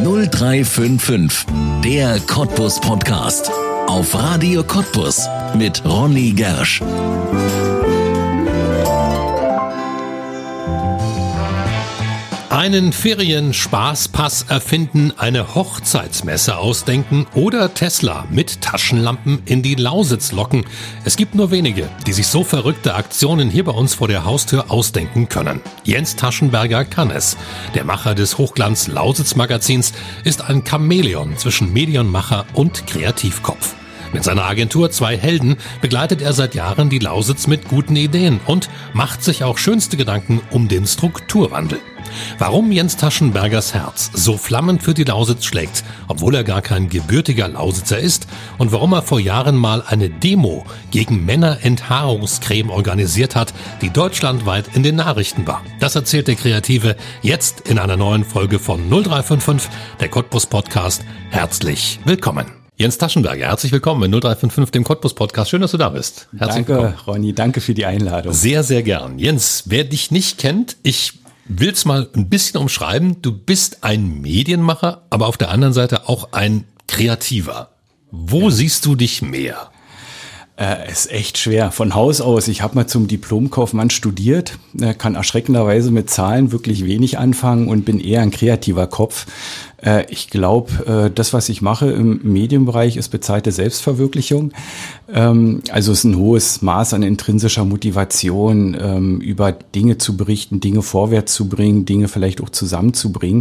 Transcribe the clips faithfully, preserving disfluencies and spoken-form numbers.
null drei fünf fünf, der Cottbus Podcast. Auf Radio Cottbus mit Ronny Gersch. Einen Ferien-Spaßpass erfinden, eine Hochzeitsmesse ausdenken oder Tesla mit Taschenlampen in die Lausitz locken. Es gibt nur wenige, die sich so verrückte Aktionen hier bei uns vor der Haustür ausdenken können. Jens Taschenberger kann es. Der Macher des Hochglanz-Lausitz-Magazins ist ein Chamäleon zwischen Medienmacher und Kreativkopf. Mit seiner Agentur Zwei Helden begleitet er seit Jahren die Lausitz mit guten Ideen und macht sich auch schönste Gedanken um den Strukturwandel. Warum Jens Taschenbergers Herz so flammend für die Lausitz schlägt, obwohl er gar kein gebürtiger Lausitzer ist, und warum er vor Jahren mal eine Demo gegen Männerenthaarungscreme organisiert hat, die deutschlandweit in den Nachrichten war. Das erzählt der Kreative jetzt in einer neuen Folge von null drei fünf fünf, der Cottbus Podcast. Herzlich willkommen. Jens Taschenberger, herzlich willkommen in null drei fünf fünf, dem Cottbus Podcast. Schön, dass du da bist. Herzlich danke, willkommen. Ronny, danke für die Einladung. Sehr, sehr gern. Jens, wer dich nicht kennt, ich will es mal ein bisschen umschreiben. Du bist ein Medienmacher, aber auf der anderen Seite auch ein Kreativer. Wo ja. siehst du dich mehr? Äh, ist echt schwer. Von Haus aus. Ich habe mal zum Diplomkaufmann studiert, äh, kann erschreckenderweise mit Zahlen wirklich wenig anfangen und bin eher ein kreativer Kopf. Äh, ich glaube, äh, das, was ich mache im Medienbereich, ist bezahlte Selbstverwirklichung. Ähm, also es ist ein hohes Maß an intrinsischer Motivation, ähm, über Dinge zu berichten, Dinge vorwärts zu bringen, Dinge vielleicht auch zusammenzubringen.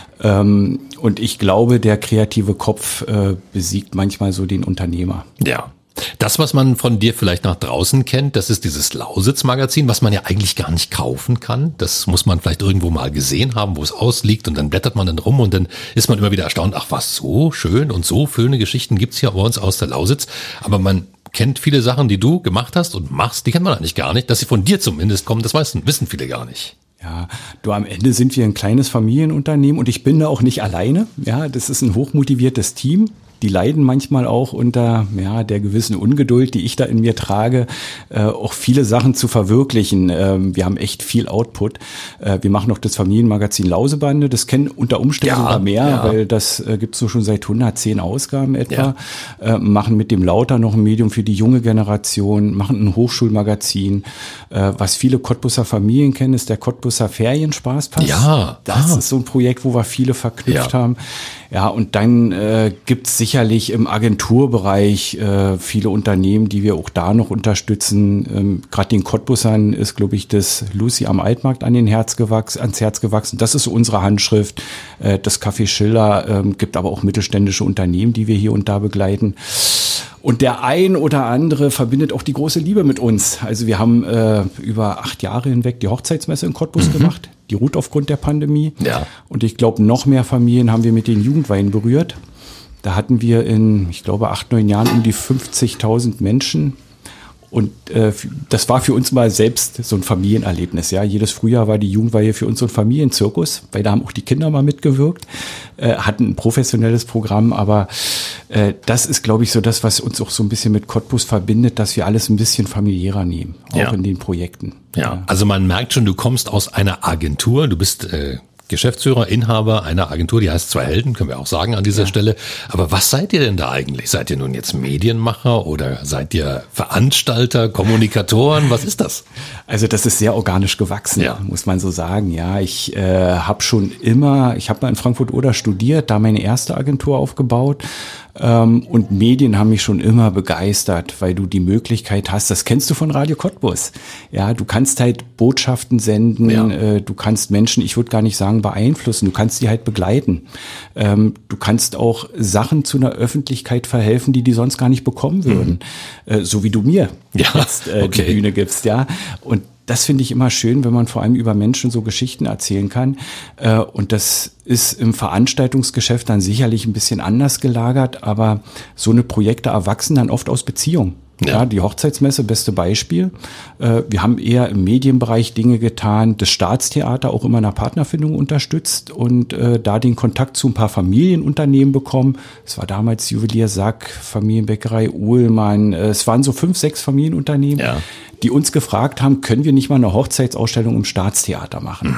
Ähm, und ich glaube, der kreative Kopf äh, besiegt manchmal so den Unternehmer. Ja. Das, was man von dir vielleicht nach draußen kennt, das ist dieses Lausitz-Magazin, was man ja eigentlich gar nicht kaufen kann. Das muss man vielleicht irgendwo mal gesehen haben, wo es ausliegt, und dann blättert man dann rum und dann ist man immer wieder erstaunt, ach was, so schön und so schöne Geschichten gibt's hier bei uns aus der Lausitz. Aber man kennt viele Sachen, die du gemacht hast und machst, die kennt man eigentlich gar nicht. Dass sie von dir zumindest kommen, das wissen, wissen viele gar nicht. Ja, du, am Ende sind wir ein kleines Familienunternehmen und ich bin da auch nicht alleine. Ja, das ist ein hochmotiviertes Team. Die leiden manchmal auch unter ja, der gewissen Ungeduld, die ich da in mir trage, äh, auch viele Sachen zu verwirklichen. Ähm, wir haben echt viel Output. Äh, wir machen noch das Familienmagazin Lausebande. Das kennen unter Umständen ja, sogar mehr, ja. weil das äh, gibt's so schon seit hundertzehn Ausgaben etwa. Ja. Äh, machen mit dem Lauter noch ein Medium für die junge Generation, machen ein Hochschulmagazin. Äh, was viele Cottbuser Familien kennen, ist der Cottbuser Ferien-Spaßpass. Ja. Das ah. ist so ein Projekt, wo wir viele verknüpft ja. haben. Ja, und dann äh, gibt's sicherlich im Agenturbereich äh, viele Unternehmen, die wir auch da noch unterstützen. Ähm, Gerade den Cottbusern ist, glaube ich, das Lucy am Altmarkt an den Herz gewachsen, ans Herz gewachsen. Das ist unsere Handschrift. Äh, das Café Schiller ähm, gibt aber auch mittelständische Unternehmen, die wir hier und da begleiten. Und der ein oder andere verbindet auch die große Liebe mit uns. Also wir haben äh, über acht Jahre hinweg die Hochzeitsmesse in Cottbus mhm. gemacht. Die ruht aufgrund der Pandemie. Ja. Und ich glaube, noch mehr Familien haben wir mit den Jugendweihen berührt. Da hatten wir in, ich glaube, acht, neun Jahren um die fünfzigtausend Menschen. Und äh, das war für uns mal selbst so ein Familienerlebnis. Ja, jedes Frühjahr war die Jugendweihe für uns so ein Familienzirkus, weil da haben auch die Kinder mal mitgewirkt, äh, hatten ein professionelles Programm. Aber äh, das ist, glaube ich, so das, was uns auch so ein bisschen mit Cottbus verbindet, dass wir alles ein bisschen familiärer nehmen, auch ja. in den Projekten. Ja. ja, also man merkt schon, du kommst aus einer Agentur, du bist äh Geschäftsführer, Inhaber einer Agentur, die heißt Zwei Helden, können wir auch sagen an dieser ja. Stelle. Aber was seid ihr denn da eigentlich? Seid ihr nun jetzt Medienmacher oder seid ihr Veranstalter, Kommunikatoren? Was ist das? Also das ist sehr organisch gewachsen, ja. muss man so sagen. Ja, ich äh, habe schon immer, ich habe mal in Frankfurt-Oder studiert, da meine erste Agentur aufgebaut. Ähm, und Medien haben mich schon immer begeistert, weil du die Möglichkeit hast, das kennst du von Radio Cottbus. Ja, du kannst halt Botschaften senden, ja. äh, du kannst Menschen, ich würde gar nicht sagen beeinflussen, du kannst die halt begleiten. Ähm, du kannst auch Sachen zu einer Öffentlichkeit verhelfen, die die sonst gar nicht bekommen würden. Mhm. Äh, so wie du mir ja. jetzt äh, okay. die Bühne gibst, ja. Und das finde ich immer schön, wenn man vor allem über Menschen so Geschichten erzählen kann. Und das ist im Veranstaltungsgeschäft dann sicherlich ein bisschen anders gelagert, aber so eine Projekte erwachsen dann oft aus Beziehung. Ja. ja, die Hochzeitsmesse, beste Beispiel. Wir haben eher im Medienbereich Dinge getan, das Staatstheater auch immer in der Partnerfindung unterstützt und äh, da den Kontakt zu ein paar Familienunternehmen bekommen. Es war damals Juwelier Sack, Familienbäckerei Uhlmann. Es waren so fünf, sechs Familienunternehmen, ja. die uns gefragt haben, können wir nicht mal eine Hochzeitsausstellung im Staatstheater machen? Mhm.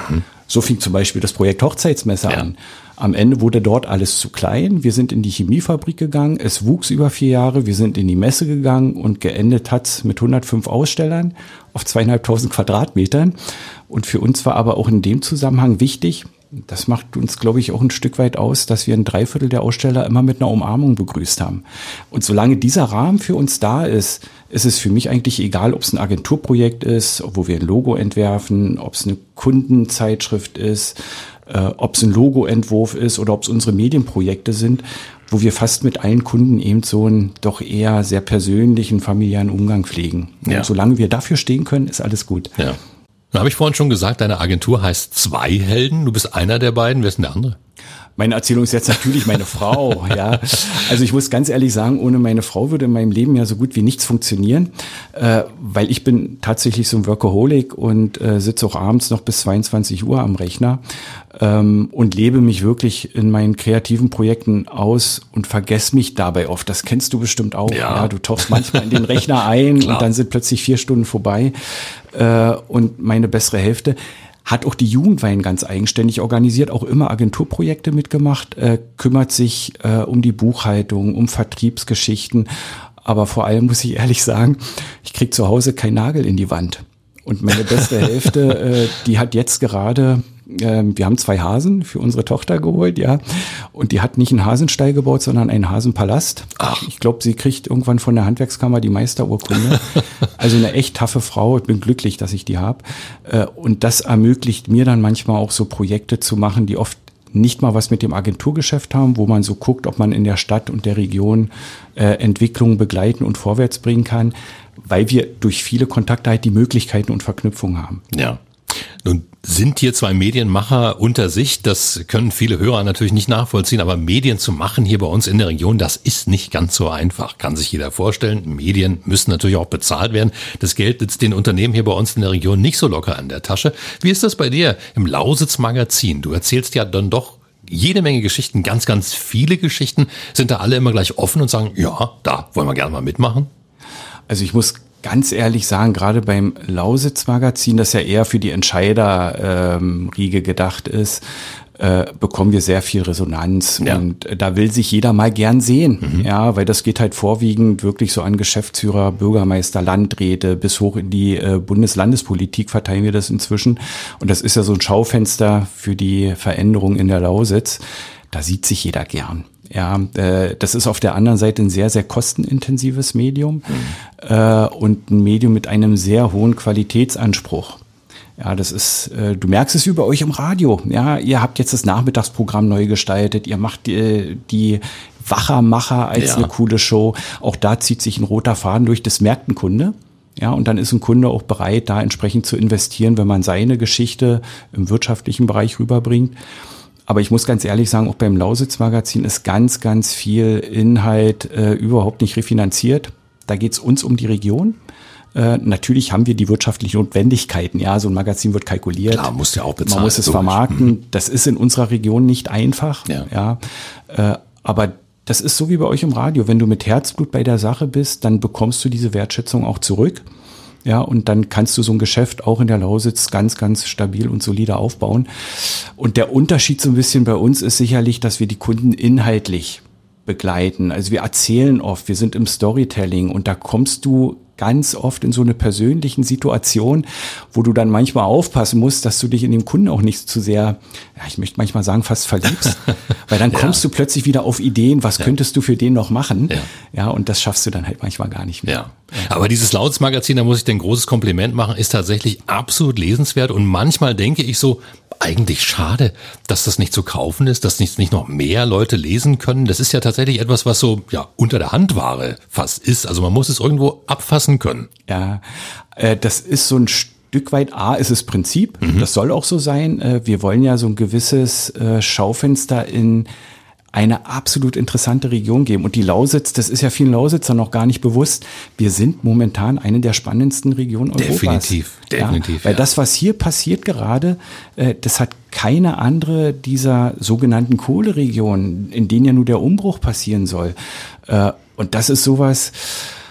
So fing zum Beispiel das Projekt Hochzeitsmesse ja. an. Am Ende wurde dort alles zu klein. Wir sind in die Chemiefabrik gegangen. Es wuchs über vier Jahre. Wir sind in die Messe gegangen und geendet hat's mit hundertfünf Ausstellern auf zweieinhalbtausend Quadratmetern. Und für uns war aber auch in dem Zusammenhang wichtig, das macht uns, glaube ich, auch ein Stück weit aus, dass wir ein Dreiviertel der Aussteller immer mit einer Umarmung begrüßt haben. Und solange dieser Rahmen für uns da ist, ist es für mich eigentlich egal, ob es ein Agenturprojekt ist, wo wir ein Logo entwerfen, ob es eine Kundenzeitschrift ist, äh, ob es ein Logoentwurf ist oder ob es unsere Medienprojekte sind, wo wir fast mit allen Kunden eben so einen doch eher sehr persönlichen, familiären Umgang pflegen. Ja. Und solange wir dafür stehen können, ist alles gut. Ja. Dann habe ich vorhin schon gesagt, deine Agentur heißt Zwei Helden. Du bist einer der beiden. Wer ist denn der andere? Meine Erzählung ist jetzt natürlich meine Frau, ja. Also ich muss ganz ehrlich sagen, ohne meine Frau würde in meinem Leben ja so gut wie nichts funktionieren, äh, weil ich bin tatsächlich so ein Workaholic und äh, sitze auch abends noch bis zweiundzwanzig Uhr am Rechner ähm, und lebe mich wirklich in meinen kreativen Projekten aus und vergesse mich dabei oft. Das kennst du bestimmt auch. Ja. Ja, du tauchst manchmal in den Rechner ein und dann sind plötzlich vier Stunden vorbei äh, und meine bessere Hälfte hat auch die Jugendwein ganz eigenständig organisiert, auch immer Agenturprojekte mitgemacht, äh, kümmert sich äh, um die Buchhaltung, um Vertriebsgeschichten. Aber vor allem muss ich ehrlich sagen, ich krieg zu Hause keinen Nagel in die Wand. Und meine beste Hälfte, äh, die hat jetzt gerade, äh, wir haben zwei Hasen für unsere Tochter geholt, ja. Und die hat nicht einen Hasenstall gebaut, sondern einen Hasenpalast. Ach. Ich glaube, sie kriegt irgendwann von der Handwerkskammer die Meisterurkunde. Also eine echt taffe Frau. Ich bin glücklich, dass ich die habe. Äh, und das ermöglicht mir dann manchmal auch so Projekte zu machen, die oft nicht mal was mit dem Agenturgeschäft haben, wo man so guckt, ob man in der Stadt und der Region äh, Entwicklungen begleiten und vorwärts bringen kann, weil wir durch viele Kontakte halt die Möglichkeiten und Verknüpfungen haben. Ja. Nun sind hier zwei Medienmacher unter sich, das können viele Hörer natürlich nicht nachvollziehen, aber Medien zu machen hier bei uns in der Region, das ist nicht ganz so einfach, kann sich jeder vorstellen. Medien müssen natürlich auch bezahlt werden. Das Geld sitzt den Unternehmen hier bei uns in der Region nicht so locker an der Tasche. Wie ist das bei dir im Lausitz-Magazin? Du erzählst ja dann doch jede Menge Geschichten, ganz, ganz viele Geschichten. Sind da alle immer gleich offen und sagen, ja, da wollen wir gerne mal mitmachen? Also ich muss ganz ehrlich sagen, gerade beim Lausitz-Magazin, das ja eher für die Entscheider-Riege ähm, gedacht ist, äh, bekommen wir sehr viel Resonanz. Ja. Und äh, da will sich jeder mal gern sehen. Mhm. Ja, weil das geht halt vorwiegend wirklich so an Geschäftsführer, Bürgermeister, Landräte bis hoch in die äh, Bundeslandespolitik verteilen wir das inzwischen. Und das ist ja so ein Schaufenster für die Veränderung in der Lausitz. Da sieht sich jeder gern. Ja, äh, das ist auf der anderen Seite ein sehr, sehr kostenintensives Medium mhm. äh, und ein Medium mit einem sehr hohen Qualitätsanspruch. Ja, das ist, äh, du merkst es über euch im Radio. Ja, ihr habt jetzt das Nachmittagsprogramm neu gestaltet. Ihr macht die, die Wachermacher als ja. eine coole Show. Auch da zieht sich ein roter Faden durch. Das merkt ein Kunde. Ja, und dann ist ein Kunde auch bereit, da entsprechend zu investieren, wenn man seine Geschichte im wirtschaftlichen Bereich rüberbringt. Aber ich muss ganz ehrlich sagen, auch beim Lausitz-Magazin ist ganz, ganz viel Inhalt äh, überhaupt nicht refinanziert. Da geht's uns um die Region. Äh, natürlich haben wir die wirtschaftlichen Notwendigkeiten. Ja, so ein Magazin wird kalkuliert. Klar, muss ja auch bezahlen. Man muss es vermarkten. Mhm. Das ist in unserer Region nicht einfach. Ja. Ja, äh, aber das ist so wie bei euch im Radio. Wenn du mit Herzblut bei der Sache bist, dann bekommst du diese Wertschätzung auch zurück. Ja, und dann kannst du so ein Geschäft auch in der Lausitz ganz, ganz stabil und solide aufbauen. Und der Unterschied so ein bisschen bei uns ist sicherlich, dass wir die Kunden inhaltlich begleiten. Also wir erzählen oft, wir sind im Storytelling und da kommst du ganz oft in so eine persönlichen Situation, wo du dann manchmal aufpassen musst, dass du dich in dem Kunden auch nicht zu sehr, ja, ich möchte manchmal sagen, fast verliebst, weil dann kommst ja. du plötzlich wieder auf Ideen, was ja. könntest du für den noch machen? Ja. ja, und das schaffst du dann halt manchmal gar nicht mehr. Ja. Aber dieses Lausitz-Magazin, da muss ich dir ein großes Kompliment machen, ist tatsächlich absolut lesenswert und manchmal denke ich so, eigentlich schade, dass das nicht zu kaufen ist, dass nicht, nicht noch mehr Leute lesen können. Das ist ja tatsächlich etwas, was so ja unter der Handware fast ist. Also man muss es irgendwo abfassen können. Ja, äh, das ist so ein Stück weit, A, ist es Prinzip. Mhm. Das soll auch so sein. Äh, wir wollen ja so ein gewisses äh, Schaufenster in eine absolut interessante Region geben. Und die Lausitz, das ist ja vielen Lausitzern noch gar nicht bewusst, wir sind momentan eine der spannendsten Regionen Europas. Definitiv, definitiv. Ja, weil ja. das, was hier passiert gerade, äh, das hat keine andere dieser sogenannten Kohleregionen, in denen ja nur der Umbruch passieren soll. Äh, und das ist sowas,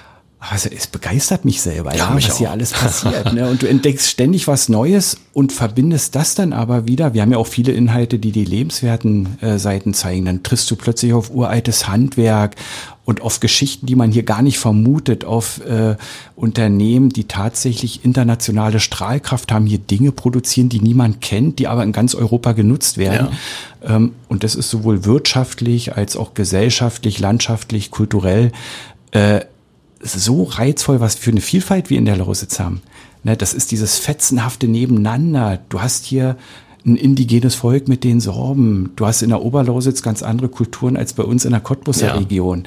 Also es begeistert mich selber, ja, ja, mich was auch. hier alles passiert. Ne? Und du entdeckst ständig was Neues und verbindest das dann aber wieder. Wir haben ja auch viele Inhalte, die die lebenswerten äh, Seiten zeigen. Dann triffst du plötzlich auf uraltes Handwerk und auf Geschichten, die man hier gar nicht vermutet, auf äh, Unternehmen, die tatsächlich internationale Strahlkraft haben, hier Dinge produzieren, die niemand kennt, die aber in ganz Europa genutzt werden. Ja. Ähm, und das ist sowohl wirtschaftlich als auch gesellschaftlich, landschaftlich, kulturell äh, so reizvoll, was für eine Vielfalt wir in der Lausitz haben. Ne, das ist dieses fetzenhafte Nebeneinander. Du hast hier ein indigenes Volk mit den Sorben. Du hast in der Oberlausitz ganz andere Kulturen als bei uns in der Cottbuser ja. Region.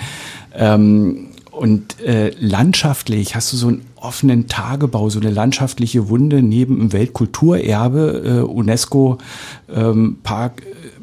Ähm, und äh, landschaftlich hast du so einen offenen Tagebau, so eine landschaftliche Wunde neben dem Weltkulturerbe, äh, UNESCO ähm, Park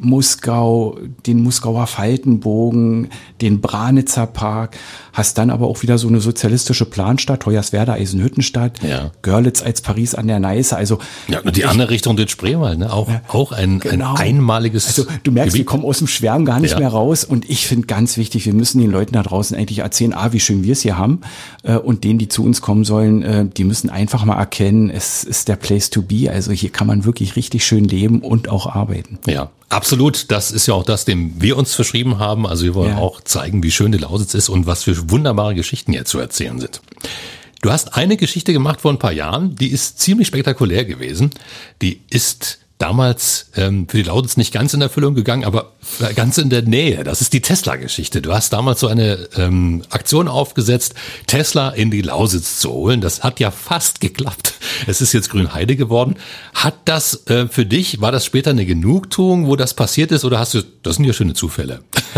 Muskau, den Muskauer Faltenbogen, den Branitzer Park, hast dann aber auch wieder so eine sozialistische Planstadt, Hoyerswerda, Eisenhüttenstadt, ja. Görlitz als Paris an der Neiße, also ja, und die ich, andere Richtung den Spreewald, ne? Auch, ja, auch ein, genau. ein einmaliges Also du merkst, Gebiet. Wir kommen aus dem Schwärmen gar nicht ja. mehr raus und ich finde ganz wichtig, wir müssen den Leuten da draußen eigentlich erzählen, ah, wie schön wir es hier haben äh, und denen, die zu uns kommen sollen, äh, die müssen einfach mal erkennen, es ist der Place to be, also hier kann man wirklich richtig schön leben und auch arbeiten. Ja. Absolut, das ist ja auch das, dem wir uns verschrieben haben. Also wir wollen ja. auch zeigen, wie schön die Lausitz ist und was für wunderbare Geschichten hier zu erzählen sind. Du hast eine Geschichte gemacht vor ein paar Jahren, die ist ziemlich spektakulär gewesen. Die ist damals ähm, für die Lausitz nicht ganz in Erfüllung gegangen, aber ganz in der Nähe. Das ist die Tesla-Geschichte. Du hast damals so eine ähm, Aktion aufgesetzt, Tesla in die Lausitz zu holen. Das hat ja fast geklappt. Es ist jetzt Grünheide geworden. Hat das äh, für dich, war das später eine Genugtuung, wo das passiert ist, oder hast du, das sind ja schöne Zufälle.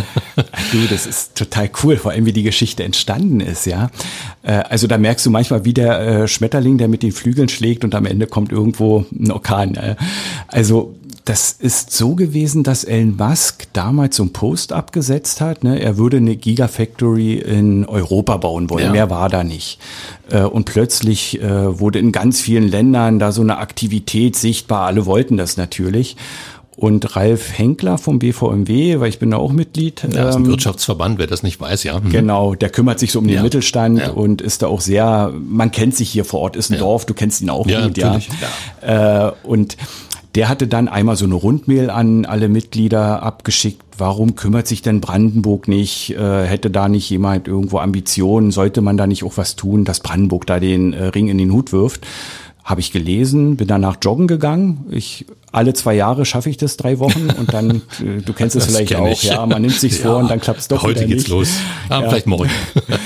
Du, das ist total cool, vor allem wie die Geschichte entstanden ist, ja. Äh, also da merkst du manchmal, wie der äh, Schmetterling, der mit den Flügeln schlägt und am Ende kommt irgendwo ein Orkan. Äh. Also das ist so gewesen, dass Elon Musk damals so einen Post abgesetzt hat. Ne? Er würde eine Gigafactory in Europa bauen wollen. Ja. Mehr war da nicht. Äh, und plötzlich äh, wurde in ganz vielen Ländern da so eine Aktivität sichtbar. Alle wollten das natürlich. Und Ralf Henkler vom B V M W, weil ich bin da auch Mitglied. Ja, das ist ein Wirtschaftsverband, wer das nicht weiß, ja. Mhm. Genau, der kümmert sich so um den ja. Mittelstand ja. und ist da auch sehr, man kennt sich hier vor Ort, ist ein ja. Dorf, du kennst ihn auch ja, gut, natürlich. ja. ja. Äh, und der hatte dann einmal so eine Rundmail an alle Mitglieder abgeschickt. Warum kümmert sich denn Brandenburg nicht? Äh, hätte da nicht jemand irgendwo Ambitionen? Sollte man da nicht auch was tun, dass Brandenburg da den äh, Ring in den Hut wirft? Habe ich gelesen, bin danach joggen gegangen. Ich alle zwei Jahre schaffe ich das drei Wochen und dann, äh, du kennst es vielleicht auch, ich. ja, man nimmt sich's ja, vor und dann klappt es doch heute wieder geht's nicht. los. Ah, ja. Vielleicht morgen.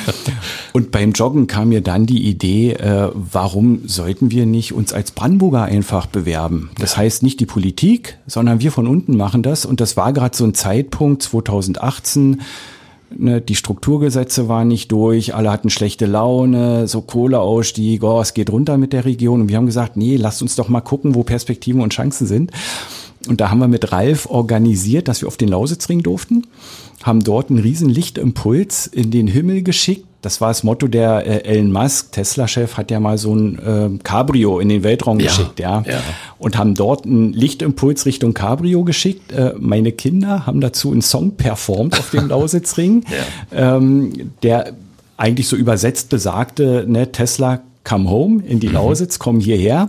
Und beim Joggen kam mir dann die Idee, äh, warum sollten wir nicht uns als Brandenburger einfach bewerben? Das heißt nicht die Politik, sondern wir von unten machen das. Und das war gerade so ein Zeitpunkt zweitausendachtzehn. Ne, die Strukturgesetze waren nicht durch, alle hatten schlechte Laune, so Kohleausstieg, oh, es geht runter mit der Region. Und wir haben gesagt, nee, lasst uns doch mal gucken, wo Perspektiven und Chancen sind. Und da haben wir mit Ralf organisiert, dass wir auf den Lausitzring durften, haben dort einen riesen Lichtimpuls in den Himmel geschickt. Das war das Motto der äh, Elon Musk, Tesla-Chef, hat ja mal so ein äh, Cabrio in den Weltraum ja, geschickt, ja. ja. Und haben dort einen Lichtimpuls Richtung Cabrio geschickt. Äh, meine Kinder haben dazu einen Song performt auf dem Lausitzring, ja. ähm, der eigentlich so übersetzt besagte, ne, Tesla, come home in die mhm. Lausitz, komm hierher.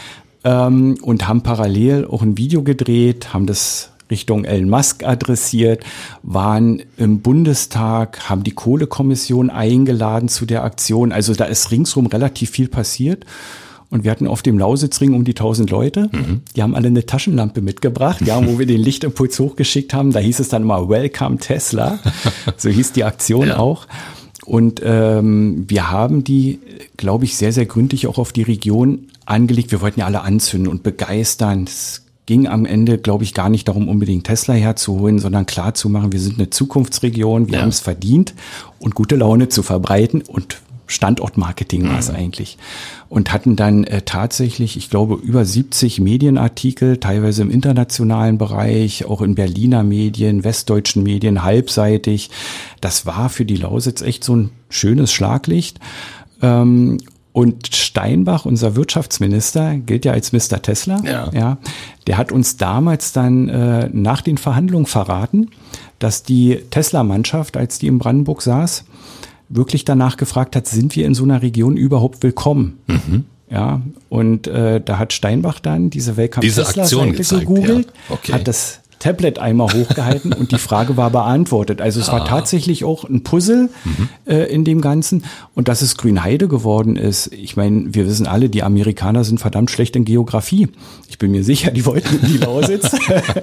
Ähm, und haben parallel auch ein Video gedreht, haben das Richtung Elon Musk adressiert, waren im Bundestag, haben die Kohlekommission eingeladen zu der Aktion. Also da ist ringsrum relativ viel passiert. Und wir hatten auf dem Lausitzring um die tausend Leute. Mhm. Die haben alle eine Taschenlampe mitgebracht, ja, wo wir den Lichtimpuls hochgeschickt haben. Da hieß es dann immer Welcome Tesla. So hieß die Aktion ja. auch. Und ähm, wir haben die, glaube ich, sehr, sehr gründlich auch auf die Region angelegt. Wir wollten ja alle anzünden und begeistern. Es ging am Ende, glaube ich, gar nicht darum, unbedingt Tesla herzuholen, sondern klar zu machen, wir sind eine Zukunftsregion, wir ja. haben es verdient und gute Laune zu verbreiten und Standortmarketing mhm. war es eigentlich. Und hatten dann äh, tatsächlich, ich glaube, über siebzig Medienartikel, teilweise im internationalen Bereich, auch in Berliner Medien, westdeutschen Medien, halbseitig. Das war für die Lausitz echt so ein schönes Schlaglicht. Ähm, Und Steinbach, unser Wirtschaftsminister, gilt ja als Mister Tesla. Ja. Ja, der hat uns damals dann äh, nach den Verhandlungen verraten, dass die Tesla-Mannschaft, als die in Brandenburg saß, wirklich danach gefragt hat, sind wir in so einer Region überhaupt willkommen? Mhm. Ja, und äh, da hat Steinbach dann diese Welcome-Tesla-Seite gegoogelt, ja. Okay. Hat das Tablet einmal hochgehalten und die Frage war beantwortet. Also es ah. war tatsächlich auch ein Puzzle mhm. äh, in dem Ganzen. Und dass es Grünheide geworden ist, ich meine, wir wissen alle, die Amerikaner sind verdammt schlecht in Geografie. Ich bin mir sicher, die wollten in die Lausitz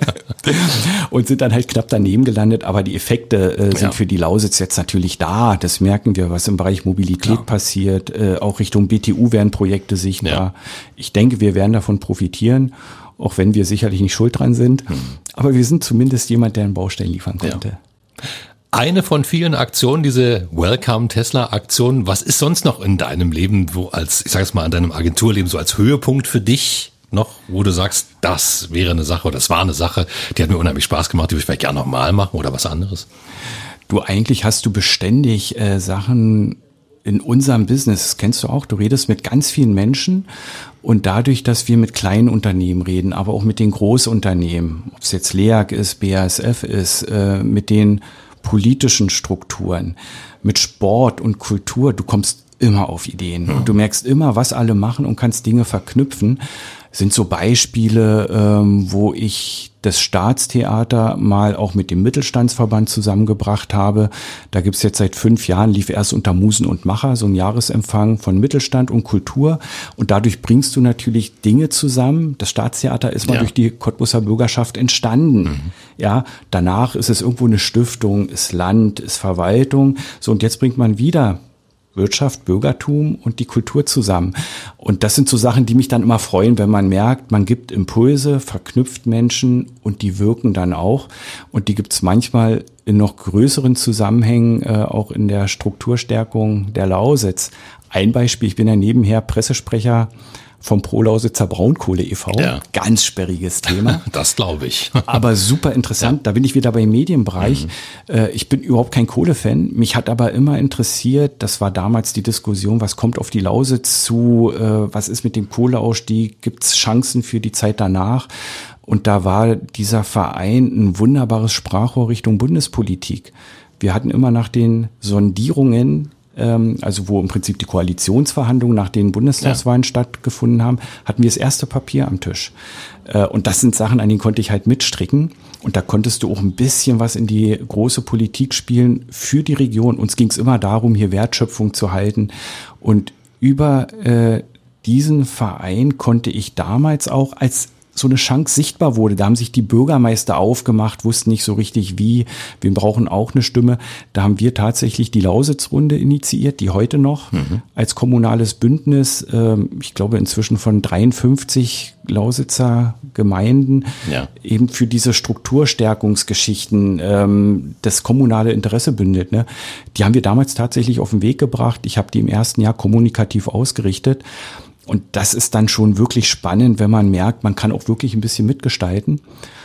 und sind dann halt knapp daneben gelandet. Aber die Effekte äh, sind ja. für die Lausitz jetzt natürlich da. Das merken wir, was im Bereich Mobilität Klar. passiert. Äh, auch Richtung B T U werden Projekte sichtbar. Ja. Ich denke, wir werden davon profitieren. Auch wenn wir sicherlich nicht schuld dran sind. Hm. Aber wir sind zumindest jemand, der einen Baustein liefern konnte. Ja. Eine von vielen Aktionen, diese Welcome Tesla Aktion. Was ist sonst noch in deinem Leben, wo als, ich sage es mal, in deinem Agenturleben so als Höhepunkt für dich noch, wo du sagst, das wäre eine Sache oder das war eine Sache, die hat mir unheimlich Spaß gemacht, die würde ich vielleicht gerne nochmal machen oder was anderes? Du, eigentlich hast du beständig äh, Sachen in unserem Business, das kennst du auch, du redest mit ganz vielen Menschen und dadurch, dass wir mit kleinen Unternehmen reden, aber auch mit den Großunternehmen, ob es jetzt L E A G ist, B A S F ist, äh, mit den politischen Strukturen, mit Sport und Kultur, du kommst immer auf Ideen. Und du merkst immer, was alle machen und kannst Dinge verknüpfen. Sind so Beispiele, ähm, wo ich das Staatstheater mal auch mit dem Mittelstandsverband zusammengebracht habe. Da gibt's jetzt seit fünf Jahren, lief erst unter Musen und Macher, so ein Jahresempfang von Mittelstand und Kultur. Und dadurch bringst du natürlich Dinge zusammen. Das Staatstheater ist mal ja. durch die Cottbuser Bürgerschaft entstanden. Mhm. Ja, danach ist es irgendwo eine Stiftung, ist Land, ist Verwaltung. So, und jetzt bringt man wieder Wirtschaft, Bürgertum und die Kultur zusammen. Und das sind so Sachen, die mich dann immer freuen, wenn man merkt, man gibt Impulse, verknüpft Menschen und die wirken dann auch. Und die gibt es manchmal in noch größeren Zusammenhängen, äh, auch in der Strukturstärkung der Lausitz. Ein Beispiel, ich bin ja nebenher Pressesprecher vom Pro-Lausitzer Braunkohle e V. Ja. Ganz sperriges Thema. Das glaube ich. Aber super interessant. Ja. Da bin ich wieder beim Medienbereich. Mhm. Ich bin überhaupt kein Kohle-Fan. Mich hat aber immer interessiert, das war damals die Diskussion, was kommt auf die Lausitz zu, was ist mit dem Kohleausstieg, gibt es Chancen für die Zeit danach? Und da war dieser Verein ein wunderbares Sprachrohr Richtung Bundespolitik. Wir hatten immer nach den Sondierungen, also wo im Prinzip die Koalitionsverhandlungen nach den Bundestagswahlen ja. stattgefunden haben, hatten wir das erste Papier am Tisch. Und das sind Sachen, an denen konnte ich halt mitstricken. Und da konntest du auch ein bisschen was in die große Politik spielen für die Region. Uns ging es immer darum, hier Wertschöpfung zu halten. Und über äh, diesen Verein konnte ich damals auch, als so eine Chance sichtbar wurde. Da haben sich die Bürgermeister aufgemacht, wussten nicht so richtig wie. Wir brauchen auch eine Stimme. Da haben wir tatsächlich die Lausitzrunde initiiert, die heute noch mhm. als kommunales Bündnis, ähm, ich glaube inzwischen von dreiundfünfzig Lausitzer Gemeinden, ja. eben für diese Strukturstärkungsgeschichten ähm, das kommunale Interesse bündelt. Ne? Die haben wir damals tatsächlich auf den Weg gebracht. Ich habe die im ersten Jahr kommunikativ ausgerichtet. Und das ist dann schon wirklich spannend, wenn man merkt, man kann auch wirklich ein bisschen mitgestalten.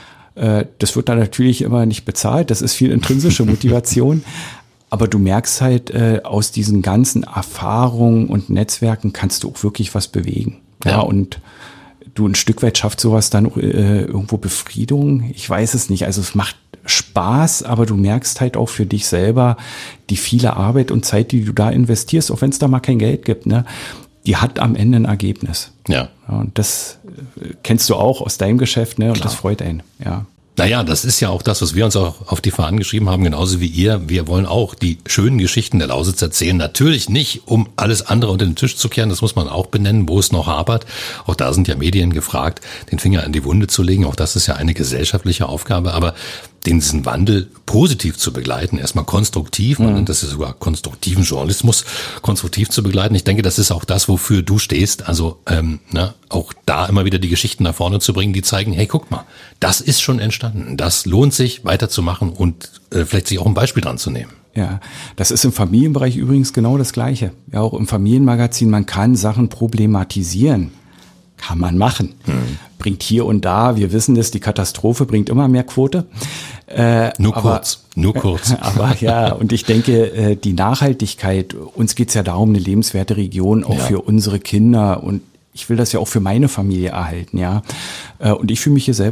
Das wird dann natürlich immer nicht bezahlt, das ist viel intrinsische Motivation. Aber du merkst halt, aus diesen ganzen Erfahrungen und Netzwerken kannst du auch wirklich was bewegen. Ja, ja und du ein Stück weit schafft sowas dann auch irgendwo Befriedung. Ich weiß es nicht. Also es macht Spaß, aber du merkst halt auch für dich selber die viele Arbeit und Zeit, die du da investierst, auch wenn es da mal kein Geld gibt, ne? Die hat am Ende ein Ergebnis. Ja. Ja, und das kennst du auch aus deinem Geschäft, ne? Und Klar. das freut einen, ja. Naja, das ist ja auch das, was wir uns auch auf die Fahnen geschrieben haben, genauso wie ihr. Wir wollen auch die schönen Geschichten der Lausitz erzählen. Natürlich nicht, um alles andere unter den Tisch zu kehren. Das muss man auch benennen, wo es noch hapert. Auch da sind ja Medien gefragt, den Finger in die Wunde zu legen. Auch das ist ja eine gesellschaftliche Aufgabe. Aber diesen Wandel positiv zu begleiten, erstmal konstruktiv, man mhm. nennt das ja sogar konstruktiven Journalismus, konstruktiv zu begleiten. Ich denke, das ist auch das, wofür du stehst. Also ähm, ne, auch da immer wieder die Geschichten nach vorne zu bringen, die zeigen, hey, guck mal, das ist schon entstanden. Das lohnt sich, weiterzumachen und äh, vielleicht sich auch ein Beispiel dran zu nehmen. Ja, das ist im Familienbereich übrigens genau das Gleiche. Ja, auch im Familienmagazin, man kann Sachen problematisieren. Kann man machen. Hm. Bringt hier und da, wir wissen das, die Katastrophe bringt immer mehr Quote. Äh, nur aber, kurz, nur kurz. Aber ja, und ich denke, die Nachhaltigkeit, uns geht's ja darum, eine lebenswerte Region auch ja. für unsere Kinder und ich will das ja auch für meine Familie erhalten, ja. Und ich fühle mich hier selber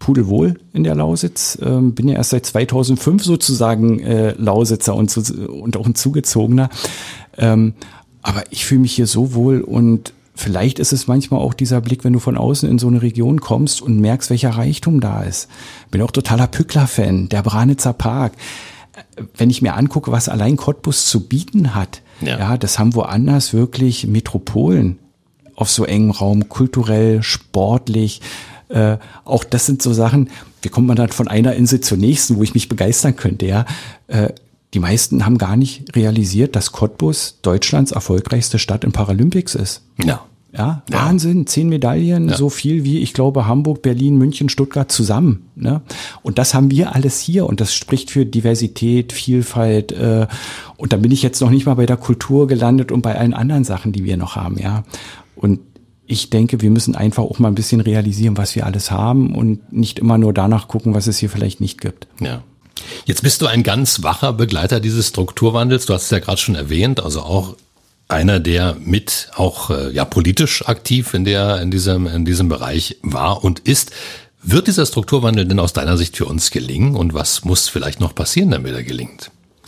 pudelwohl in der Lausitz. Ähm, bin ja erst seit zweitausendfünf sozusagen äh, Lausitzer und, und auch ein Zugezogener. Ähm, aber ich fühle mich hier so wohl und vielleicht ist es manchmal auch dieser Blick, wenn du von außen in so eine Region kommst und merkst, welcher Reichtum da ist. Bin auch totaler Pückler-Fan, der Branitzer Park. Wenn ich mir angucke, was allein Cottbus zu bieten hat, ja, ja das haben woanders wirklich Metropolen auf so engem Raum, kulturell, sportlich. Äh, auch das sind so Sachen, wie kommt man dann von einer Insel zur nächsten, wo ich mich begeistern könnte, ja. Äh, die meisten haben gar nicht realisiert, dass Cottbus Deutschlands erfolgreichste Stadt in Paralympics ist. Ja. Ja, Wahnsinn, zehn Medaillen, ja. So viel wie, ich glaube, Hamburg, Berlin, München, Stuttgart zusammen. Ne? Und das haben wir alles hier und das spricht für Diversität, Vielfalt. Äh, und da bin ich jetzt noch nicht mal bei der Kultur gelandet und bei allen anderen Sachen, die wir noch haben. Ja. Und ich denke, wir müssen einfach auch mal ein bisschen realisieren, was wir alles haben und nicht immer nur danach gucken, was es hier vielleicht nicht gibt. Ja. Jetzt bist du ein ganz wacher Begleiter dieses Strukturwandels. Du hast es ja gerade schon erwähnt, also auch einer, der mit auch äh, ja politisch aktiv in der in diesem in diesem Bereich war und ist. Wird dieser Strukturwandel denn aus deiner Sicht für uns gelingen und was muss vielleicht noch passieren, damit er gelingt?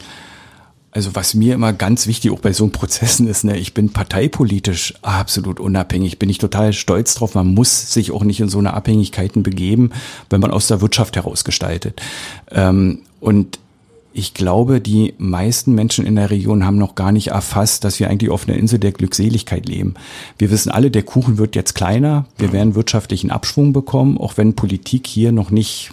Also was mir immer ganz wichtig auch bei so einem Prozessen ist, ne, ich bin parteipolitisch absolut unabhängig, bin ich total stolz drauf. Man muss sich auch nicht in so eine Abhängigkeiten begeben, wenn man aus der Wirtschaft heraus gestaltet. Ähm, und ich glaube, die meisten Menschen in der Region haben noch gar nicht erfasst, dass wir eigentlich auf einer Insel der Glückseligkeit leben. Wir wissen alle, der Kuchen wird jetzt kleiner, wir werden wirtschaftlichen Abschwung bekommen, auch wenn Politik hier noch nicht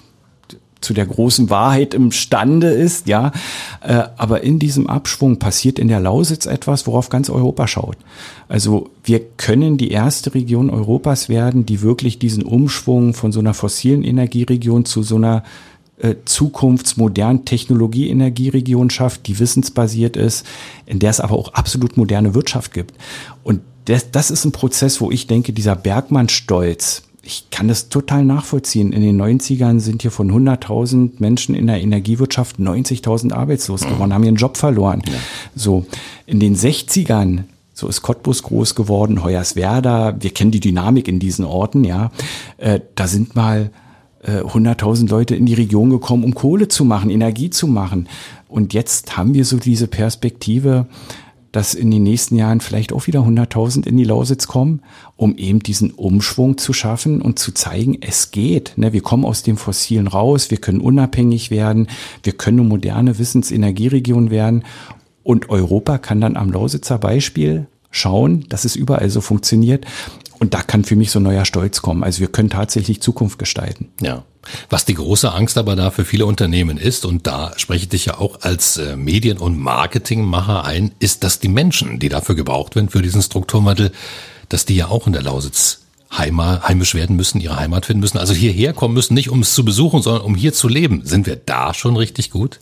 zu der großen Wahrheit imstande ist, ja. Äh, aber in diesem Abschwung passiert in der Lausitz etwas, worauf ganz Europa schaut. Also wir können die erste Region Europas werden, die wirklich diesen Umschwung von so einer fossilen Energieregion zu so einer äh, zukunftsmodernen Technologie-Energieregion schafft, die wissensbasiert ist, in der es aber auch absolut moderne Wirtschaft gibt. Und das, das ist ein Prozess, wo ich denke, dieser Bergmann-Stolz, ich kann das total nachvollziehen. In den neunzigern sind hier von hunderttausend Menschen in der Energiewirtschaft neunzigtausend arbeitslos geworden, haben ihren Job verloren. Ja. So, in den sechzigern, so ist Cottbus groß geworden, Hoyerswerda, wir kennen die Dynamik in diesen Orten, ja. Äh, da sind mal äh, hunderttausend Leute in die Region gekommen, um Kohle zu machen, Energie zu machen. Und jetzt haben wir so diese Perspektive, dass in den nächsten Jahren vielleicht auch wieder hunderttausend in die Lausitz kommen, um eben diesen Umschwung zu schaffen und zu zeigen, es geht. Wir kommen aus dem Fossilen raus, wir können unabhängig werden, wir können eine moderne Wissensenergieregion werden und Europa kann dann am Lausitzer Beispiel schauen, dass es überall so funktioniert. Und da kann für mich so ein neuer Stolz kommen. Also wir können tatsächlich Zukunft gestalten. Ja. Was die große Angst aber da für viele Unternehmen ist, und da spreche ich dich ja auch als äh, Medien- und Marketingmacher ein, ist, dass die Menschen, die dafür gebraucht werden, für diesen Strukturwandel, dass die ja auch in der Lausitz Heimat, heimisch werden müssen, ihre Heimat finden müssen, also hierher kommen müssen, nicht um es zu besuchen, sondern um hier zu leben. Sind wir da schon richtig gut?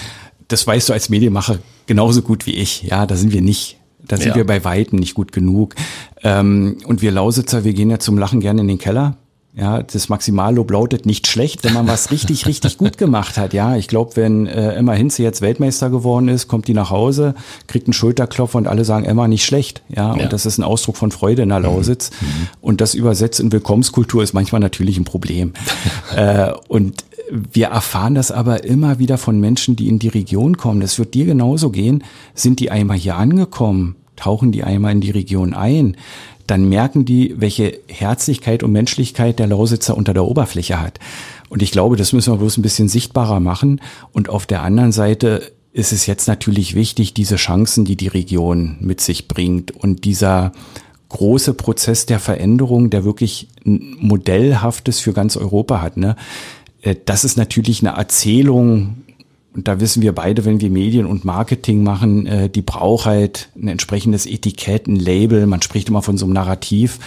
Das weißt du als Medienmacher genauso gut wie ich. Ja, da sind wir nicht. Da sind ja. wir bei Weitem nicht gut genug. Ähm, und wir Lausitzer, wir gehen ja zum Lachen gerne in den Keller. Ja, das Maximallob lautet nicht schlecht, wenn man was richtig, richtig gut gemacht hat. Ja, ich glaube, wenn äh, Emma Hinze jetzt Weltmeister geworden ist, kommt die nach Hause, kriegt einen Schulterklopfer und alle sagen, Emma, nicht schlecht. Ja, ja. Und das ist ein Ausdruck von Freude in der Lausitz. Mhm. Und das übersetzt in Willkommenskultur ist manchmal natürlich ein Problem. äh, und wir erfahren das aber immer wieder von Menschen, die in die Region kommen. Das wird dir genauso gehen. Sind die einmal hier angekommen? Tauchen die einmal in die Region ein? Dann merken die, welche Herzlichkeit und Menschlichkeit der Lausitzer unter der Oberfläche hat. Und ich glaube, das müssen wir bloß ein bisschen sichtbarer machen. Und auf der anderen Seite ist es jetzt natürlich wichtig, diese Chancen, die die Region mit sich bringt und dieser große Prozess der Veränderung, der wirklich ein modellhaftes für ganz Europa hat, ne? Das ist natürlich eine Erzählung, und da wissen wir beide, wenn wir Medien und Marketing machen, die braucht halt ein entsprechendes Etikett, ein Label, man spricht immer von so einem Narrativ.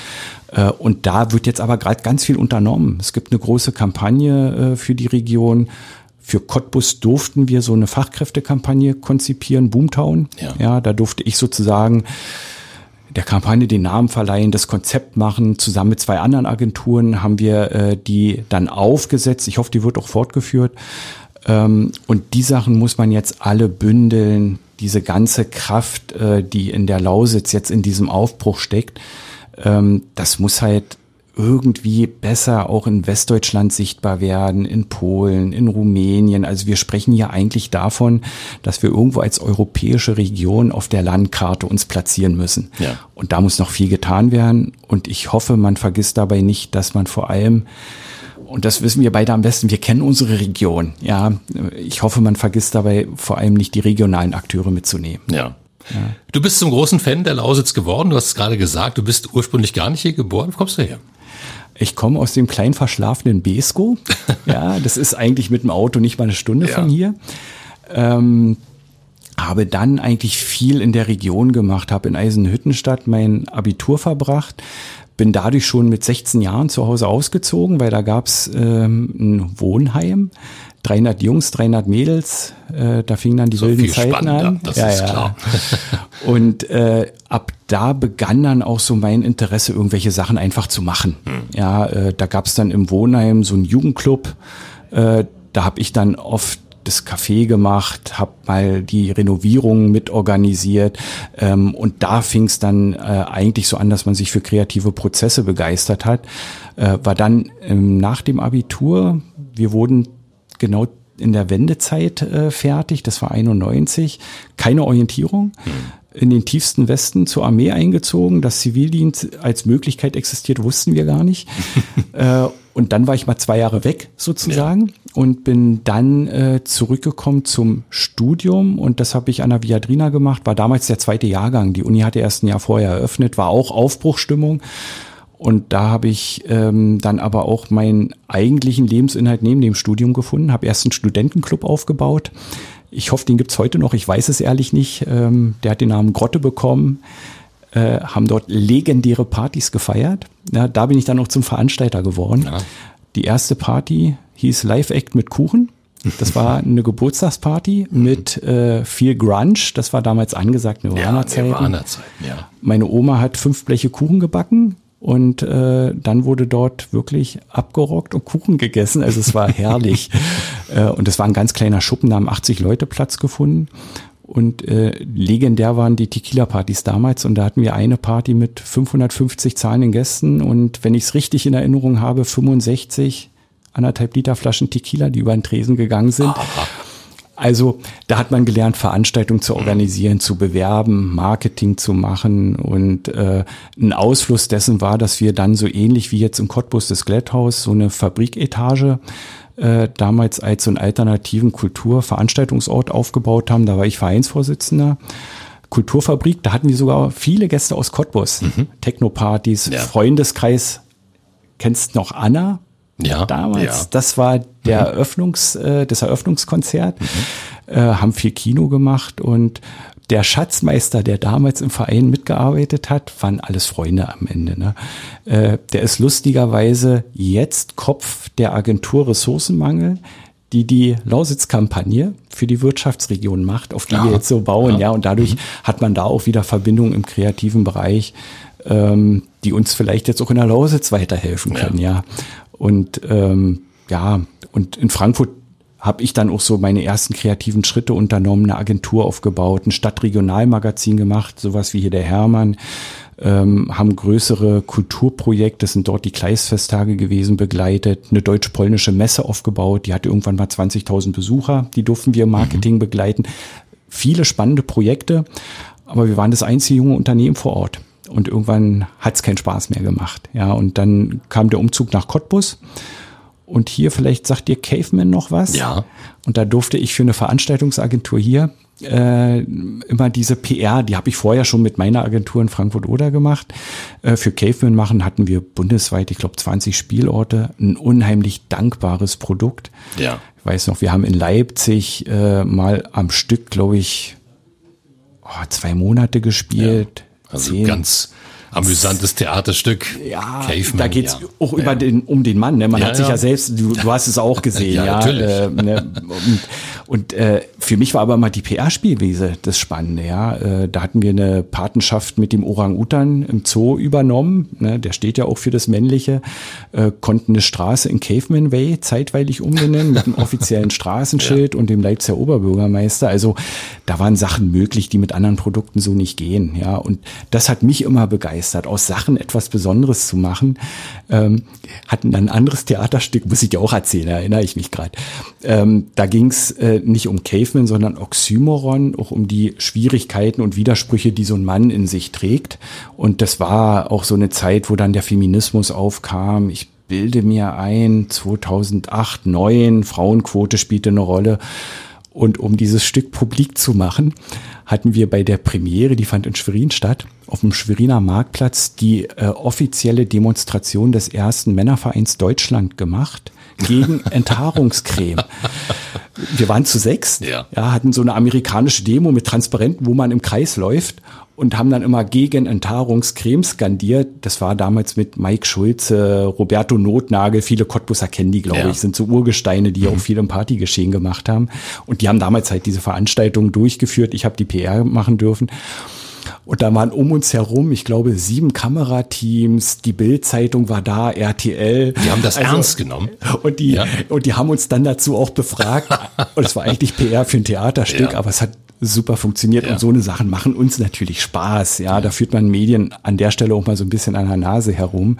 Und da wird jetzt aber gerade ganz viel unternommen. Es gibt eine große Kampagne für die Region. Für Cottbus durften wir so eine Fachkräftekampagne konzipieren, Boomtown. Ja, ja, da durfte ich sozusagen der Kampagne den Namen verleihen, das Konzept machen. Zusammen mit zwei anderen Agenturen haben wir äh, die dann aufgesetzt. Ich hoffe, die wird auch fortgeführt. Ähm, und die Sachen muss man jetzt alle bündeln. Diese ganze Kraft, äh, die in der Lausitz jetzt in diesem Aufbruch steckt, ähm, das muss halt irgendwie besser auch in Westdeutschland sichtbar werden, in Polen, in Rumänien. Also wir sprechen hier eigentlich davon, dass wir irgendwo als europäische Region auf der Landkarte uns platzieren müssen. Ja. Und da muss noch viel getan werden. Und ich hoffe, man vergisst dabei nicht, dass man vor allem, und das wissen wir beide am besten, wir kennen unsere Region. Ja, ich hoffe, man vergisst dabei vor allem nicht die regionalen Akteure mitzunehmen. Ja. Ja. Du bist zum großen Fan der Lausitz geworden. Du hast es gerade gesagt, du bist ursprünglich gar nicht hier geboren. Wo kommst du her? Ich komme aus dem klein verschlafenen Beeskow. Ja, das ist eigentlich mit dem Auto nicht mal eine Stunde ja. von hier. Ähm, habe dann eigentlich viel in der Region gemacht, habe in Eisenhüttenstadt mein Abitur verbracht, bin dadurch schon mit sechzehn Jahren zu Hause ausgezogen, weil da gab's ähm, ein Wohnheim. dreihundert Jungs, dreihundert Mädels, äh, da fingen dann die so wilden viel Zeiten an. Das ja, ist ja. klar. Und äh, ab da begann dann auch so mein Interesse, irgendwelche Sachen einfach zu machen. Hm. Ja, äh, da gab es dann im Wohnheim so einen Jugendclub. Äh, da habe ich dann oft das Café gemacht, habe mal die Renovierungen mitorganisiert. Ähm, und da fing es dann äh, eigentlich so an, dass man sich für kreative Prozesse begeistert hat. Äh, war dann ähm, nach dem Abitur, wir wurden genau in der Wendezeit äh, fertig, das war einundneunzig, keine Orientierung, hm. in den tiefsten Westen zur Armee eingezogen, dass Zivildienst als Möglichkeit existiert, wussten wir gar nicht. äh, und dann war ich mal zwei Jahre weg sozusagen ja. und bin dann äh, zurückgekommen zum Studium und das habe ich an der Viadrina gemacht, war damals der zweite Jahrgang, die Uni hatte erst ein Jahr vorher eröffnet, war auch Aufbruchsstimmung. Und da habe ich ähm, dann aber auch meinen eigentlichen Lebensinhalt neben dem Studium gefunden, habe erst einen Studentenclub aufgebaut. Ich hoffe, den gibt's heute noch, ich weiß es ehrlich nicht. Ähm, der hat den Namen Grotte bekommen, äh, haben dort legendäre Partys gefeiert. Ja, da bin ich dann noch zum Veranstalter geworden. Ja. Die erste Party hieß Live Act mit Kuchen. Das war eine Geburtstagsparty mit äh, viel Grunge. Das war damals angesagt, Nirvana-Zeiten. Ja, Nirvana-Zeiten, ja. Meine Oma hat fünf Bleche Kuchen gebacken. Und äh, dann wurde dort wirklich abgerockt und Kuchen gegessen. Also es war herrlich. äh, und es war ein ganz kleiner Schuppen, da haben achtzig Leute Platz gefunden. Und äh, legendär waren die Tequila-Partys damals. Und da hatten wir eine Party mit fünfhundertfünfzig zahlenden Gästen. Und wenn ich es richtig in Erinnerung habe, fünfundsechzig anderthalb Liter Flaschen Tequila, die über den Tresen gegangen sind. Aha. Also da hat man gelernt, Veranstaltungen zu organisieren, zu bewerben, Marketing zu machen und äh, ein Ausfluss dessen war, dass wir dann so ähnlich wie jetzt im Cottbus das Glätthaus so eine Fabriketage äh, damals als so einen alternativen Kulturveranstaltungsort aufgebaut haben. Da war ich Vereinsvorsitzender. Kulturfabrik, da hatten wir sogar viele Gäste aus Cottbus, mhm. Technopartys, ja. Freundeskreis. Kennst noch Anna? Ja, damals, ja. das war der mhm. Eröffnungs, äh, das Eröffnungskonzert, mhm. äh, haben viel Kino gemacht und der Schatzmeister, der damals im Verein mitgearbeitet hat, waren alles Freunde am Ende. Ne? Äh, der ist lustigerweise jetzt Kopf der Agentur Ressourcenmangel, die die Lausitz-Kampagne für die Wirtschaftsregion macht, auf die ja. wir jetzt so bauen. Ja, ja und dadurch mhm. hat man da auch wieder Verbindungen im kreativen Bereich, ähm, die uns vielleicht jetzt auch in der Lausitz weiterhelfen können. Ja. ja. Und ähm, ja, und in Frankfurt habe ich dann auch so meine ersten kreativen Schritte unternommen, eine Agentur aufgebaut, ein Stadtregionalmagazin gemacht, sowas wie hier der Hermann, ähm, haben größere Kulturprojekte, das sind dort die Kleistfesttage gewesen, begleitet, eine deutsch-polnische Messe aufgebaut, die hatte irgendwann mal zwanzigtausend Besucher, die durften wir im Marketing mhm. begleiten. Viele spannende Projekte, aber wir waren das einzige junge Unternehmen vor Ort. Und irgendwann hat es keinen Spaß mehr gemacht. Ja, und dann kam der Umzug nach Cottbus. Und hier, vielleicht sagt dir Caveman noch was. Ja. Und da durfte ich für eine Veranstaltungsagentur hier äh, immer diese P R, die habe ich vorher schon mit meiner Agentur in Frankfurt-Oder gemacht. Äh, für Caveman machen hatten wir bundesweit, ich glaube, zwanzig Spielorte. Ein unheimlich dankbares Produkt. Ja. Ich weiß noch, wir haben in Leipzig äh, mal am Stück, glaube ich, oh, zwei Monate gespielt. Ja. Also Zehn. Ganz amüsantes Theaterstück. Ja, Caveman, da geht's ja. auch über ja. den, um den Mann. Ne? Man ja, hat sich ja. ja selbst, du, du hast es auch gesehen. ja, ja, natürlich. Äh, ne? und, Und äh, für mich war aber immer die P R-Spielwiese das Spannende. Ja, äh, da hatten wir eine Patenschaft mit dem Orang-Utan im Zoo übernommen. Ne? Der steht ja auch für das Männliche. Äh, konnten eine Straße in Caveman Way zeitweilig umbenennen mit einem offiziellen Straßenschild ja. und dem Leipziger Oberbürgermeister. Also da waren Sachen möglich, die mit anderen Produkten so nicht gehen. Ja, und das hat mich immer begeistert, aus Sachen etwas Besonderes zu machen. Ähm, hatten dann ein anderes Theaterstück, muss ich dir auch erzählen, erinnere ich mich gerade. Ähm, da ging es äh, nicht um Caveman, sondern Oxymoron, auch um die Schwierigkeiten und Widersprüche, die so ein Mann in sich trägt. Und das war auch so eine Zeit, wo dann der Feminismus aufkam. Ich bilde mir ein, zweitausendacht, neun, Frauenquote spielte eine Rolle. Und um dieses Stück publik zu machen, hatten wir bei der Premiere, die fand in Schwerin statt, auf dem Schweriner Marktplatz die äh, offizielle Demonstration des ersten Männervereins Deutschland gemacht gegen Enthaarungscreme. Wir waren zu sechs, ja. Ja, hatten so eine amerikanische Demo mit Transparenten, wo man im Kreis läuft und haben dann immer gegen Enthaarungscreme skandiert. Das war damals mit Mike Schulze, Roberto Notnagel, viele Cottbusser kennen die, glaube ja. ich, sind so Urgesteine, die mhm. auch viel im Partygeschehen gemacht haben. Und die haben damals halt diese Veranstaltung durchgeführt. Ich habe die P R machen dürfen. Und da waren um uns herum, ich glaube, sieben Kamerateams, die Bild-Zeitung war da, R T L. Die haben das also ernst genommen. Und die, ja. und die haben uns dann dazu auch befragt. Und es war eigentlich P R für ein Theaterstück, ja. aber es hat super funktioniert. Ja. Und so eine Sachen machen uns natürlich Spaß. Ja, ja, da führt man Medien an der Stelle auch mal so ein bisschen an der Nase herum.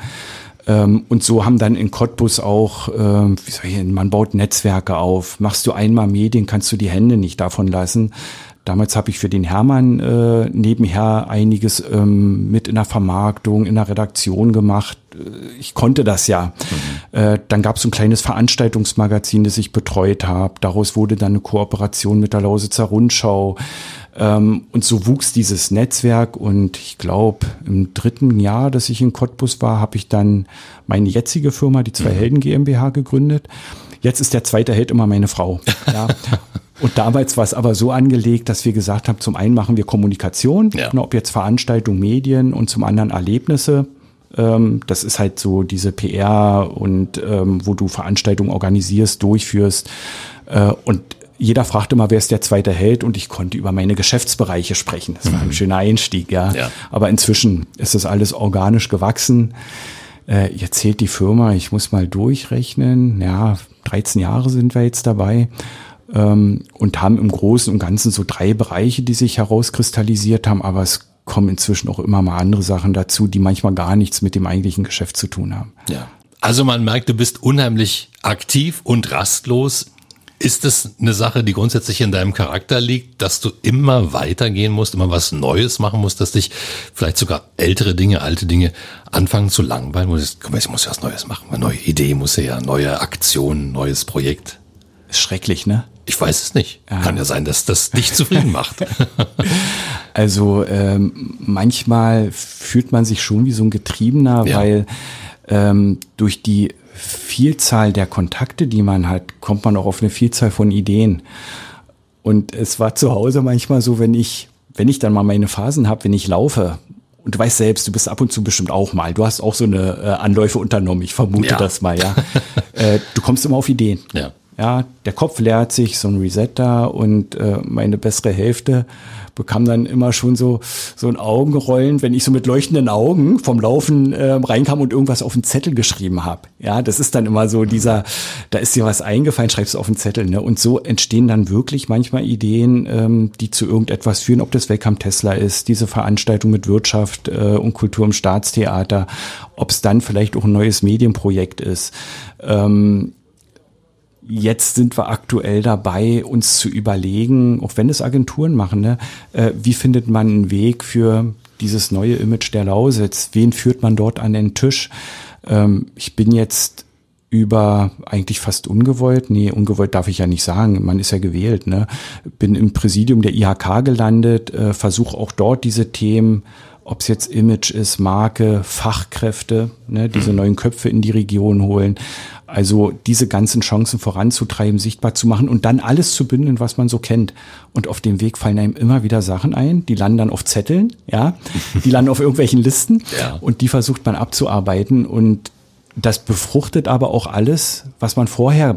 Und so haben dann in Cottbus auch, wie soll ich, man baut Netzwerke auf. Machst du einmal Medien, kannst du die Hände nicht davon lassen. Damals habe ich für den Hermann äh, nebenher einiges ähm, mit in der Vermarktung, in der Redaktion gemacht. Ich konnte das ja. Mhm. Äh, dann gab es so ein kleines Veranstaltungsmagazin, das ich betreut habe. Daraus wurde dann eine Kooperation mit der Lausitzer Rundschau. Ähm, und so wuchs dieses Netzwerk. Und ich glaube, im dritten Jahr, dass ich in Cottbus war, habe ich dann meine jetzige Firma, die Zwei Helden GmbH, gegründet. Jetzt ist der zweite Held immer meine Frau. Ja. Und damals war es aber so angelegt, dass wir gesagt haben, zum einen machen wir Kommunikation, ja. ob jetzt Veranstaltungen, Medien und zum anderen Erlebnisse. Ähm, das ist halt so diese P R und ähm, wo du Veranstaltungen organisierst, durchführst. Äh, und jeder fragte immer, wer ist der zweite Held? Und ich konnte über meine Geschäftsbereiche sprechen. Das war ein schöner Einstieg, ja. ja. Aber inzwischen ist das alles organisch gewachsen. Äh, jetzt zählt die Firma, ich muss mal durchrechnen, ja, dreizehn Jahre sind wir jetzt dabei. Und haben im Großen und Ganzen so drei Bereiche, die sich herauskristallisiert haben, aber es kommen inzwischen auch immer mal andere Sachen dazu, die manchmal gar nichts mit dem eigentlichen Geschäft zu tun haben. Ja. Also man merkt, du bist unheimlich aktiv und rastlos. Ist das eine Sache, die grundsätzlich in deinem Charakter liegt, dass du immer weitergehen musst, immer was Neues machen musst, dass dich vielleicht sogar ältere Dinge, alte Dinge anfangen zu langweilen? Guck mal, ich muss ja was Neues machen, eine neue Idee muss ja, neue Aktion, neues Projekt. Ist schrecklich, ne? Ich weiß es nicht. Ja. Kann ja sein, dass das dich zufrieden macht. Also ähm, manchmal fühlt man sich schon wie so ein Getriebener, ja. weil ähm, durch die Vielzahl der Kontakte, die man hat, kommt man auch auf eine Vielzahl von Ideen. Und es war zu Hause manchmal so, wenn ich, wenn ich dann mal meine Phasen habe, wenn ich laufe, und du weißt selbst, du bist ab und zu bestimmt auch mal, du hast auch so eine äh, Anläufe unternommen, ich vermute ja. das mal, ja. äh, du kommst immer auf Ideen. Ja. Ja, der Kopf leert sich, so ein Reset da und äh, meine bessere Hälfte bekam dann immer schon so so ein Augenrollen, wenn ich so mit leuchtenden Augen vom Laufen äh, reinkam und irgendwas auf den Zettel geschrieben habe. Ja, das ist dann immer so dieser, da ist dir was eingefallen, schreibst du auf den Zettel, ne? Und so entstehen dann wirklich manchmal Ideen, ähm, die zu irgendetwas führen, ob das Welcome Tesla ist, diese Veranstaltung mit Wirtschaft äh, und Kultur im Staatstheater, ob es dann vielleicht auch ein neues Medienprojekt ist. Ähm, Jetzt sind wir aktuell dabei, uns zu überlegen, auch wenn es Agenturen machen, ne, äh, wie findet man einen Weg für dieses neue Image der Lausitz? Wen führt man dort an den Tisch? Ähm, ich bin jetzt über eigentlich fast ungewollt, nee, ungewollt darf ich ja nicht sagen, man ist ja gewählt, ne? Bin im Präsidium der I H K gelandet, äh, versuche auch dort diese Themen, ob es jetzt Image ist, Marke, Fachkräfte, ne, diese neuen Köpfe in die Region holen. Also diese ganzen Chancen voranzutreiben, sichtbar zu machen und dann alles zu bündeln, was man so kennt. Und auf dem Weg fallen einem immer wieder Sachen ein, die landen dann auf Zetteln, ja, die landen auf irgendwelchen Listen ja. und die versucht man abzuarbeiten. Und das befruchtet aber auch alles, was man vorher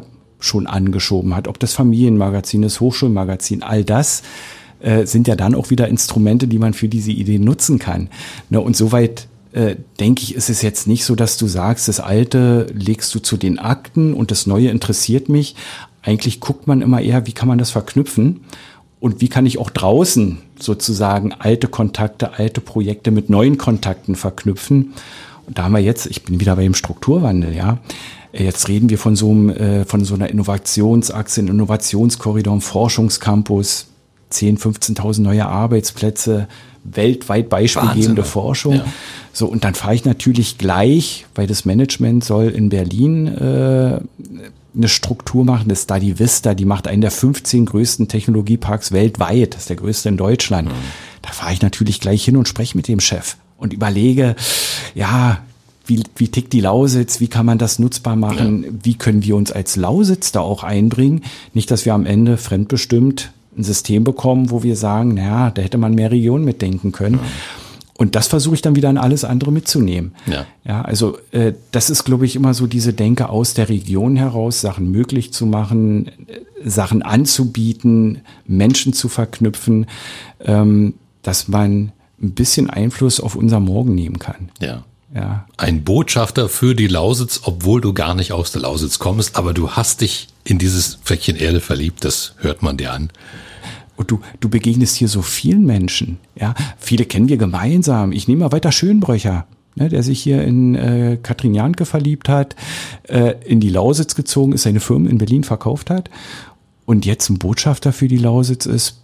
schon angeschoben hat, ob das Familienmagazin, das Hochschulmagazin, all das äh, sind ja dann auch wieder Instrumente, die man für diese Idee nutzen kann. Ne, und soweit äh, denke ich, ist es jetzt nicht so, dass du sagst, das Alte legst du zu den Akten und das Neue interessiert mich. Eigentlich guckt man immer eher, wie kann man das verknüpfen und wie kann ich auch draußen sozusagen alte Kontakte, alte Projekte mit neuen Kontakten verknüpfen. Und da haben wir jetzt, ich bin wieder bei dem Strukturwandel, ja. Jetzt reden wir von so einem, äh, von so einer Innovationsachse, einem Innovationskorridor, einem Forschungscampus, zehntausend, fünfzehntausend neue Arbeitsplätze, weltweit beispielgebende Forschung. Ja. So, und dann fahre ich natürlich gleich, weil das Management soll in Berlin äh, eine Struktur machen, das Study Vista, die macht einen der fünfzehn größten Technologieparks weltweit, das ist der größte in Deutschland. Mhm. Da fahre ich natürlich gleich hin und spreche mit dem Chef und überlege, ja, Wie, wie tickt die Lausitz? Wie kann man das nutzbar machen? Ja. Wie können wir uns als Lausitz da auch einbringen? Nicht, dass wir am Ende fremdbestimmt ein System bekommen, wo wir sagen, naja, da hätte man mehr Regionen mitdenken können. Ja. Und das versuche ich dann wieder in alles andere mitzunehmen. Ja, ja also äh, das ist, glaube ich, immer so diese Denke aus der Region heraus, Sachen möglich zu machen, äh, Sachen anzubieten, Menschen zu verknüpfen, ähm, dass man ein bisschen Einfluss auf unser Morgen nehmen kann. Ja. Ja. Ein Botschafter für die Lausitz, obwohl du gar nicht aus der Lausitz kommst, aber du hast dich in dieses Fleckchen Erde verliebt, das hört man dir an. Und du, du begegnest hier so vielen Menschen, ja, viele kennen wir gemeinsam. Ich nehme mal weiter Schönbröcher, ne, der sich hier in äh, Katrin Jahnke verliebt hat, äh, in die Lausitz gezogen ist, seine Firma in Berlin verkauft hat und jetzt ein Botschafter für die Lausitz ist,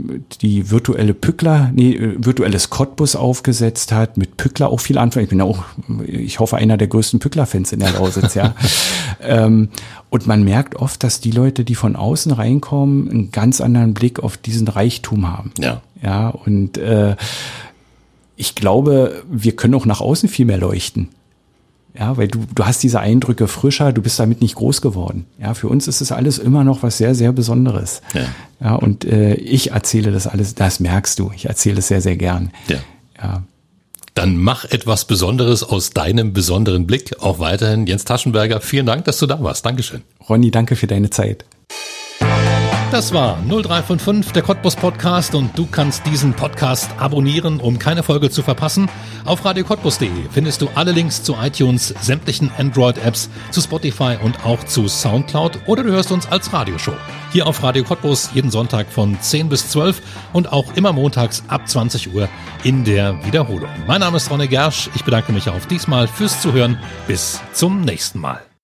die virtuelle Pückler, nee, virtuelles Cottbus aufgesetzt hat, mit Pückler auch viel anfangen. Ich bin ja auch, ich hoffe, einer der größten Pückler-Fans in der Lausitz, ja. ähm, und man merkt oft, dass die Leute, die von außen reinkommen, einen ganz anderen Blick auf diesen Reichtum haben. Ja. Ja, und äh, ich glaube, wir können auch nach außen viel mehr leuchten. Ja, weil du, du hast diese Eindrücke frischer, du bist damit nicht groß geworden. Ja, für uns ist es alles immer noch was sehr, sehr Besonderes. Ja, ja und äh, ich erzähle das alles, das merkst du, ich erzähle es sehr, sehr gern. Ja. Ja. Dann mach etwas Besonderes aus deinem besonderen Blick. Auch weiterhin Jens Taschenberger, vielen Dank, dass du da warst. Dankeschön. Ronny, danke für deine Zeit. Das war null drei fünf fünf, der Cottbus Podcast und du kannst diesen Podcast abonnieren, um keine Folge zu verpassen. Auf radio cottbus punkt de findest du alle Links zu iTunes, sämtlichen Android-Apps, zu Spotify und auch zu Soundcloud oder du hörst uns als Radioshow. Hier auf Radio Cottbus jeden Sonntag von zehn bis zwölf und auch immer montags ab zwanzig Uhr in der Wiederholung. Mein Name ist Ronny Gersch, ich bedanke mich auch diesmal fürs Zuhören. Bis zum nächsten Mal.